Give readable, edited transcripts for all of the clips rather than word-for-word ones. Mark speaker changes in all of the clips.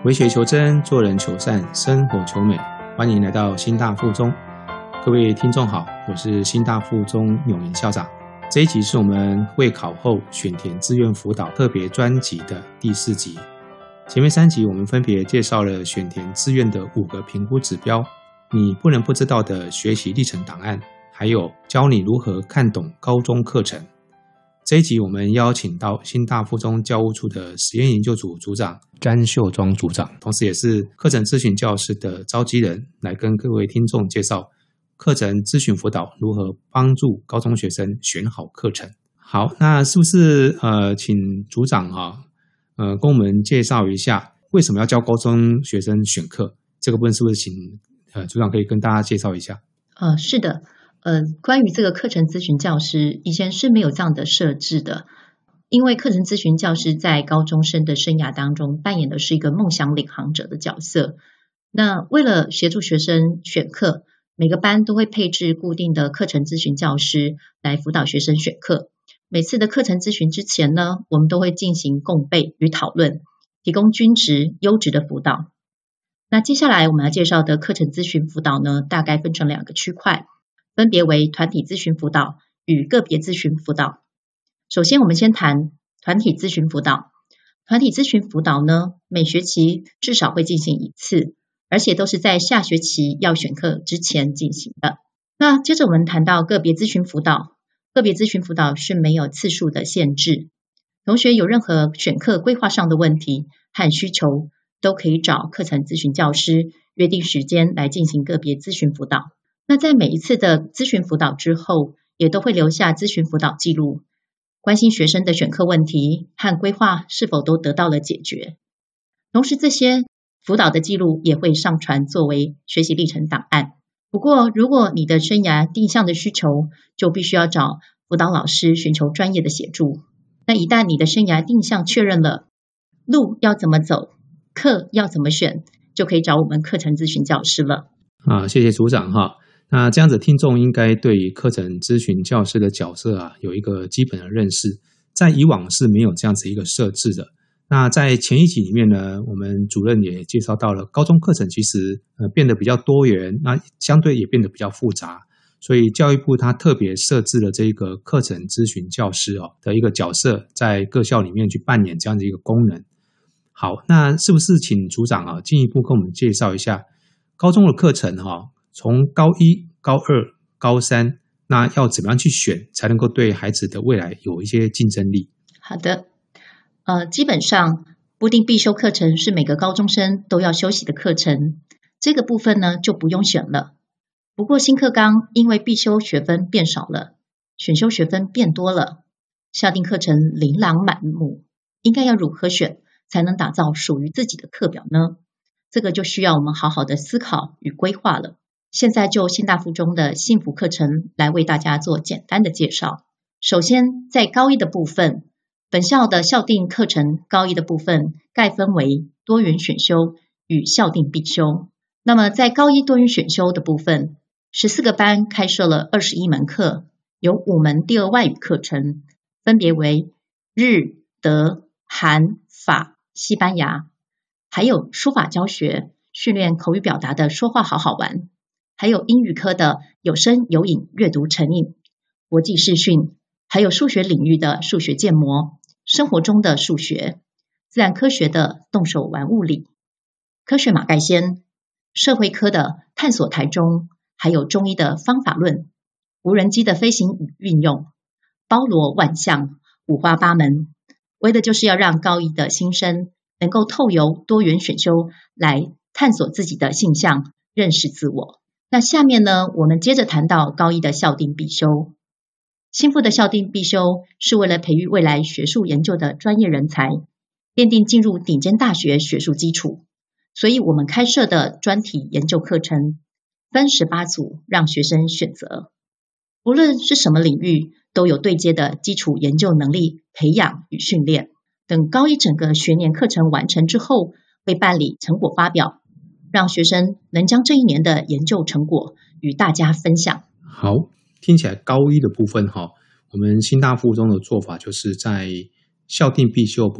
Speaker 1: 为学求真，做人求善，生活求美。欢迎来到新大附中，各位听众好，我是新大附中永年校长。这一集是我们会考后选填志愿辅导特别专辑的第4集。前面3集我们分别介绍了选填志愿的5个评估指标，你不能不知道的学习历程档案，还有教你如何看懂高中课程。这一集我们邀请到新大附中教务处的实验研究组组长詹秀庄组长，同时也是课程咨询教师的召集人，来跟各位听众介绍课程咨询辅导如何帮助高中学生选好课程。好，那是不是请组长跟我们介绍一下为什么要教高中学生选课？这个部分是不是请组长可以跟大家介绍一下？
Speaker 2: 是的。关于这个课程咨询教师，以前是没有这样的设置的，因为课程咨询教师在高中生的生涯当中扮演的是一个梦想领航者的角色。那为了协助学生选课，每个班都会配置固定的课程咨询教师来辅导学生选课。每次的课程咨询之前呢，我们都会进行共备与讨论，提供均质优质的辅导。那接下来我们要介绍的课程咨询辅导呢，大概分成2个区块，分别为团体咨询辅导与个别咨询辅导。首先我们先谈团体咨询辅导。团体咨询辅导呢，每学期至少会进行1次，而且都是在下学期要选课之前进行的。那接着我们谈到个别咨询辅导。个别咨询辅导是没有次数的限制，同学有任何选课规划上的问题和需求，都可以找课程咨询教师约定时间来进行个别咨询辅导。那在每一次的咨询辅导之后，也都会留下咨询辅导记录，关心学生的选课问题和规划是否都得到了解决。同时这些辅导的记录也会上传作为学习历程档案。不过如果你的生涯定向的需求，就必须要找辅导老师寻求专业的协助。那一旦你的生涯定向确认了，路要怎么走，课要怎么选，就可以找我们课程咨询教师了。
Speaker 1: 谢谢组长那这样子听众应该对于课程咨询教师的角色有一个基本的认识，在以往是没有这样子一个设置的。那在前1集里面呢，我们主任也介绍到了高中课程其实变得比较多元，那相对也变得比较复杂，所以教育部它特别设置了这个课程咨询教师的一个角色，在各校里面去扮演这样的一个功能。好，那是不是请组长进一步跟我们介绍一下高中的课程从高1、高2、高3，那要怎么样去选才能够对孩子的未来有一些竞争力？
Speaker 2: 好的，基本上固定必修课程是每个高中生都要修习的课程，这个部分呢就不用选了。不过新课纲因为必修学分变少了，选修学分变多了，校定课程琳琅满目，应该要如何选才能打造属于自己的课表呢？这个就需要我们好好的思考与规划了。现在就新大附中的幸福课程来为大家做简单的介绍。首先在高1的部分，本校的校定课程高1的部分概分为多元选修与校定必修。那么在高1多元选修的部分，14个班开设了21门课，有5门第2外语课程，分别为日、德、韩、法、西班牙，还有书法教学，训练口语表达的说话好好玩，还有英语科的有声有影阅读成瘾，国际视讯，还有数学领域的数学建模，生活中的数学，自然科学的动手玩物理，科学马盖先，社会科的探索台中，还有中医的方法论，无人机的飞行与运用，包罗万象，五花八门，为的就是要让高1的新生能够透由多元选修来探索自己的性向，认识自我。那下面呢，我们接着谈到高1的校定必修。幸福的校定必修是为了培育未来学术研究的专业人才，奠定进入顶尖大学学术基础。所以我们开设的专题研究课程分18组让学生选择，无论是什么领域都有对接的基础研究能力培养与训练。等高1整个学年课程完成之后，会办理成果发表，让学生能将这1年的研究成果与大家分享。
Speaker 1: 好，听起来高1的部分我们新大附中的做法就是在校定必修部分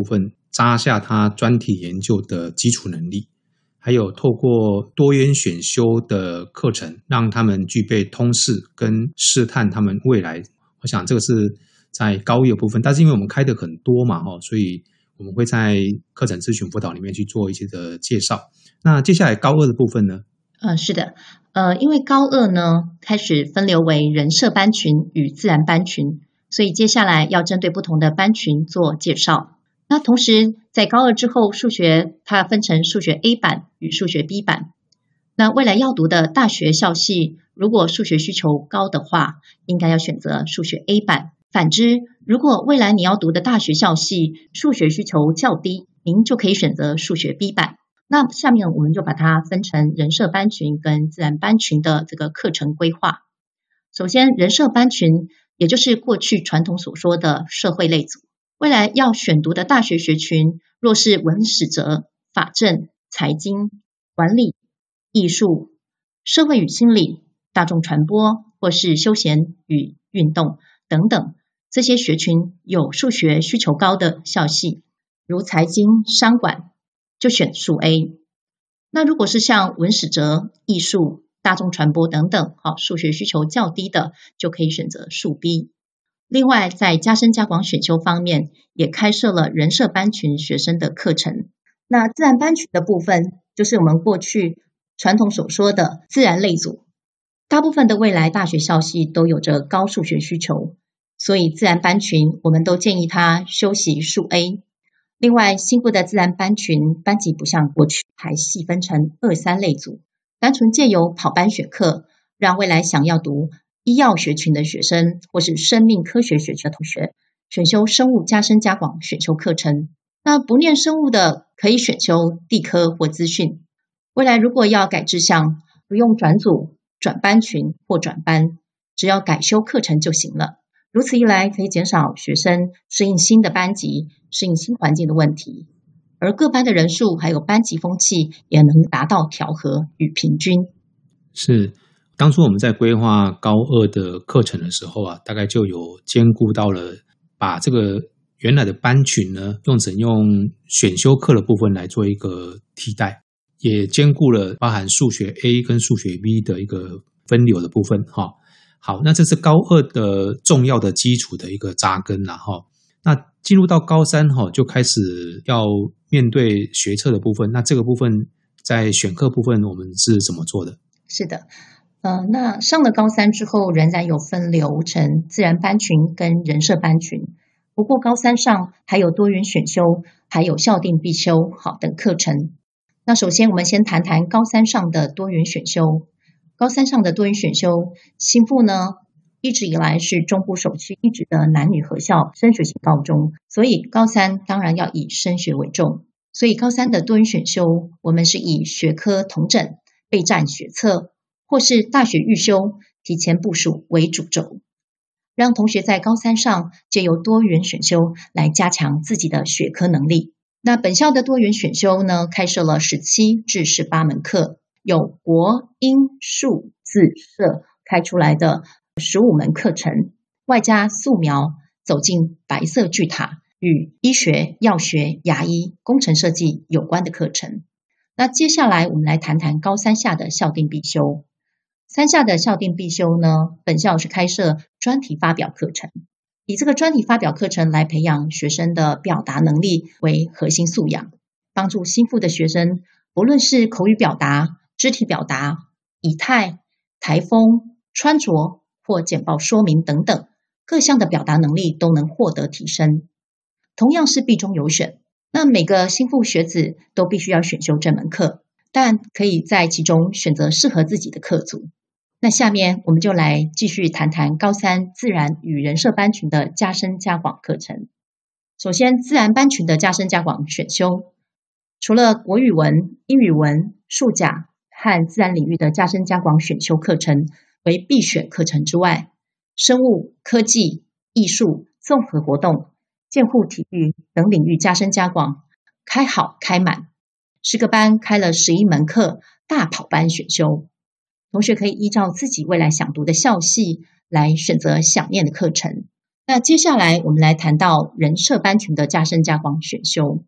Speaker 1: 扎下他专题研究的基础能力，还有透过多元选修的课程，让他们具备通识跟试探他们未来。我想这个是在高一的部分，但是因为我们开的很多嘛，所以我们会在课程咨询辅导里面去做一些的介绍。那接下来高二的部分呢？
Speaker 2: 是的，因为高二呢开始分流为人社班群与自然班群，所以接下来要针对不同的班群做介绍。那同时在高二之后，数学它分成数学 A 版与数学 B 版。那未来要读的大学校系，如果数学需求高的话，应该要选择数学 A 版。反之，如果未来你要读的大学校系数学需求较低，您就可以选择数学 B 版。那下面我们就把它分成人社班群跟自然班群的这个课程规划。首先，人社班群也就是过去传统所说的社会类组，未来要选读的大学学群，若是文史哲、法政、财经、管理、艺术、社会与心理、大众传播或是休闲与运动等等，这些学群有数学需求高的校系，如财经、商管，就选数 A。 那如果是像文史哲、艺术、大众传播等等，数学需求较低的，就可以选择数 B。 另外在加深加广选修方面，也开设了人社班群学生的课程。那自然班群的部分，就是我们过去传统所说的自然类组，大部分的未来大学校系都有着高数学需求，所以自然班群我们都建议他修习数 A。另外，新部的自然班群班级不像过去还细分成2、3类组，单纯借由跑班选课，让未来想要读医药学群的学生或是生命科学学群的同学选修生物加深加广选修课程。那不念生物的可以选修地科或资讯。未来如果要改志向，不用转组、转班群或转班，只要改修课程就行了。如此一来，可以减少学生适应新的班级、适应新环境的问题，而各班的人数还有班级风气也能达到调和与平均。
Speaker 1: 是，当初我们在规划高二的课程的时候啊，大概就有兼顾到了把这个原来的班群呢，用选修课的部分来做一个替代，也兼顾了包含数学 A 跟数学 B 的一个分流的部分哈。好，那这是高二的重要的基础的一个扎根啦哈。那进入到高三哈，就开始要面对学测的部分。那这个部分在选课部分我们是怎么做的？
Speaker 2: 是的，那上了高三之后，仍然有分流成自然班群跟人社班群。不过高三上还有多元选修，还有校定必修等课程。那首先我们先谈谈高三上的多元选修。高三上的多元选修，新附呢一直以来是中部首屈一指的男女合校升学型高中，所以高三当然要以升学为重。所以高三的多元选修，我们是以学科统整、备战学测或是大学预修、提前部署为主轴，让同学在高三上借由多元选修来加强自己的学科能力。那本校的多元选修呢，开设了17至18门课，有国、英、数、自、社开出来的15门课程，外加素描、走进白色巨塔与医学、药学、牙医、工程设计有关的课程。那接下来我们来谈谈高三下的校定必修。三下的校定必修呢，本校是开设专题发表课程，以这个专题发表课程来培养学生的表达能力为核心素养，帮助新附的学生不论是口语表达、肢体表达、仪态、台风、穿着或简报说明等等各项的表达能力都能获得提升。同样是必中有选，那每个新附学子都必须要选修这门课，但可以在其中选择适合自己的课组。那下面我们就来继续谈谈高三自然与人社班群的加深加广课程。首先，自然班群的加深加广选修，除了国语文、英语文、数甲和自然领域的加深加广选修课程为必选课程之外，生物、科技、艺术、综合活动、健护体育等领域加深加广开好开满，10个班开了11门课，大跑班选修。同学可以依照自己未来想读的校系来选择想念的课程。那接下来我们来谈到人社班群的加深加广选修。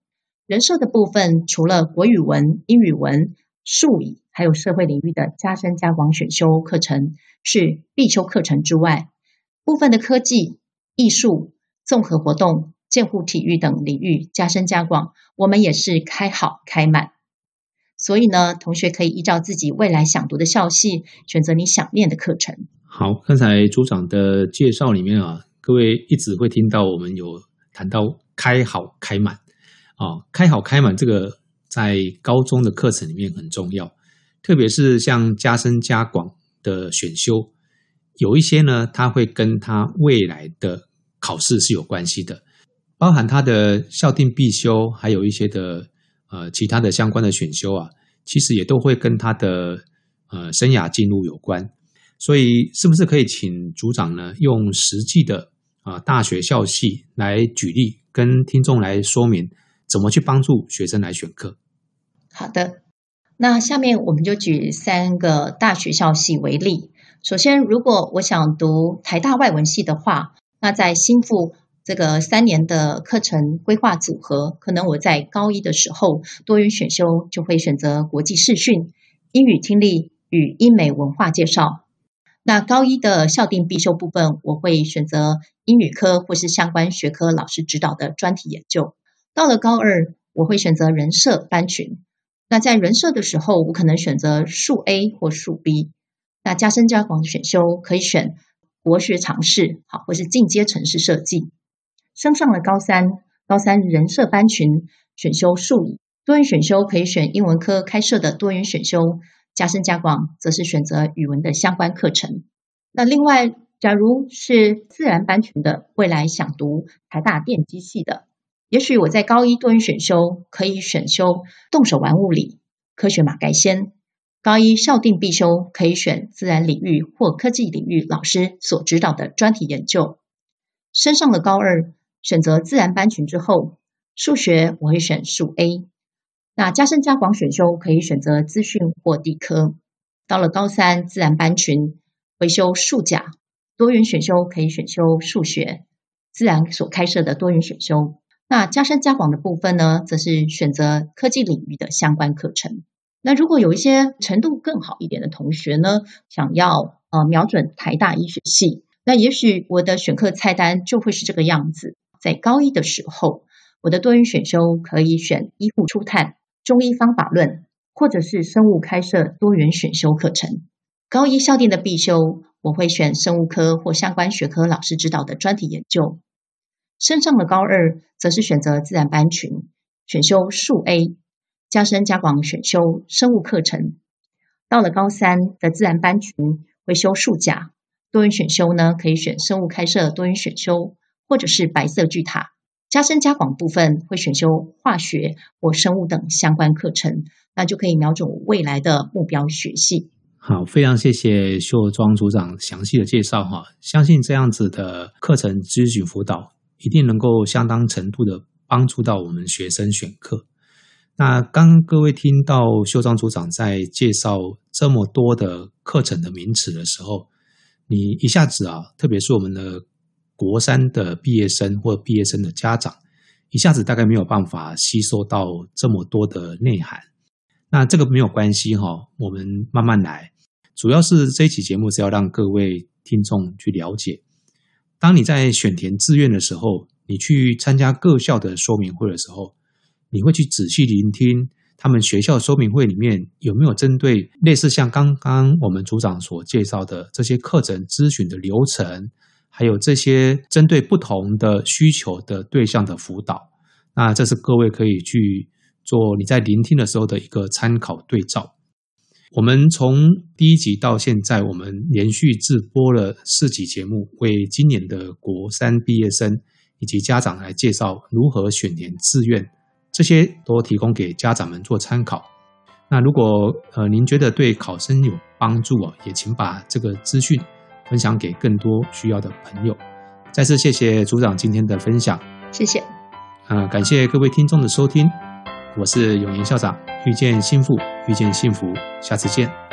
Speaker 2: 人社的部分，除了国语文、英语文、数理，还有社会领域的加深加广选修课程是必修课程之外，部分的科技、艺术、综合活动、健护体育等领域加深加广，我们也是开好开满。所以呢，同学可以依照自己未来想读的校系，选择你想念的课程。
Speaker 1: 好，刚才组长的介绍里面啊，各位一直会听到我们有谈到开好开满啊，开好开满这个在高中的课程里面很重要，特别是像加深加广的选修，有一些呢，它会跟它未来的考试是有关系的，包含它的校定必修，还有一些的其他的相关的选修啊，其实也都会跟它的生涯进入有关。所以是不是可以请组长呢，用实际的大学校系来举例，跟听众来说明怎么去帮助学生来选课？
Speaker 2: 好的，那下面我们就举3个大学校系为例。首先，如果我想读台大外文系的话，那在新附这个3年的课程规划组合，可能我在高一的时候多元选修就会选择国际视讯、英语听力与英美文化介绍。那高一的校定必修部分，我会选择英语科或是相关学科老师指导的专题研究。到了高2，我会选择人社班群。那在人社的时候，我可能选择数 A 或数 B。那加深加广的选修可以选国学常识，好，或是进阶城市设计。升上了高三人社班群选修数理，多元选修可以选英文科开设的多元选修，加深加广则是选择语文的相关课程。那另外，假如是自然班群的，未来想读台大电机系的，也许我在高一多元选修可以选修动手玩物理、科学马盖先。高一校定必修可以选自然领域或科技领域老师所指导的专题研究。升上了高2，选择自然班群之后，数学我会选数 A。那加深加广选修可以选择资讯或地科。到了高3，自然班群会修数甲，多元选修可以选修数学，自然所开设的多元选修。那加深加广的部分呢，则是选择科技领域的相关课程。那如果有一些程度更好一点的同学呢，想要瞄准台大医学系，那也许我的选课菜单就会是这个样子。在高一的时候，我的多元选修可以选医护初探、中医方法论，或者是生物开设多元选修课程。高一校定的必修，我会选生物科或相关学科老师指导的专题研究。升上了高2，则是选择自然班群，选修数 A， 加深加广选修生物课程。到了高3的自然班群会修数甲，多元选修呢可以选生物开设多元选修，或者是白色巨塔。加深加广部分会选修化学或生物等相关课程，那就可以瞄准未来的目标学系。
Speaker 1: 好，非常谢谢秀庄组长详细的介绍哈，相信这样子的课程咨询辅导一定能够相当程度的帮助到我们学生选课。那刚各位听到秀庄组长在介绍这么多的课程的名词的时候，你一下子特别是我们的国3的毕业生或毕业生的家长，一下子大概没有办法吸收到这么多的内涵。那这个没有关系我们慢慢来。主要是这一期节目是要让各位听众去了解，当你在选填志愿的时候，你去参加各校的说明会的时候，你会去仔细聆听他们学校说明会里面有没有针对类似像刚刚我们组长所介绍的这些课程咨询的流程，还有这些针对不同的需求的对象的辅导。那这是各位可以去做你在聆听的时候的一个参考对照。我们从第1集到现在，我们连续制播了4集节目，为今年的国3毕业生以及家长来介绍如何选填志愿，这些都提供给家长们做参考。那如果您觉得对考生有帮助也请把这个资讯分享给更多需要的朋友。再次谢谢组长今天的分享。
Speaker 2: 谢谢。
Speaker 1: 感谢各位听众的收听，我是永言校长，遇见幸福，遇见幸福，下次见。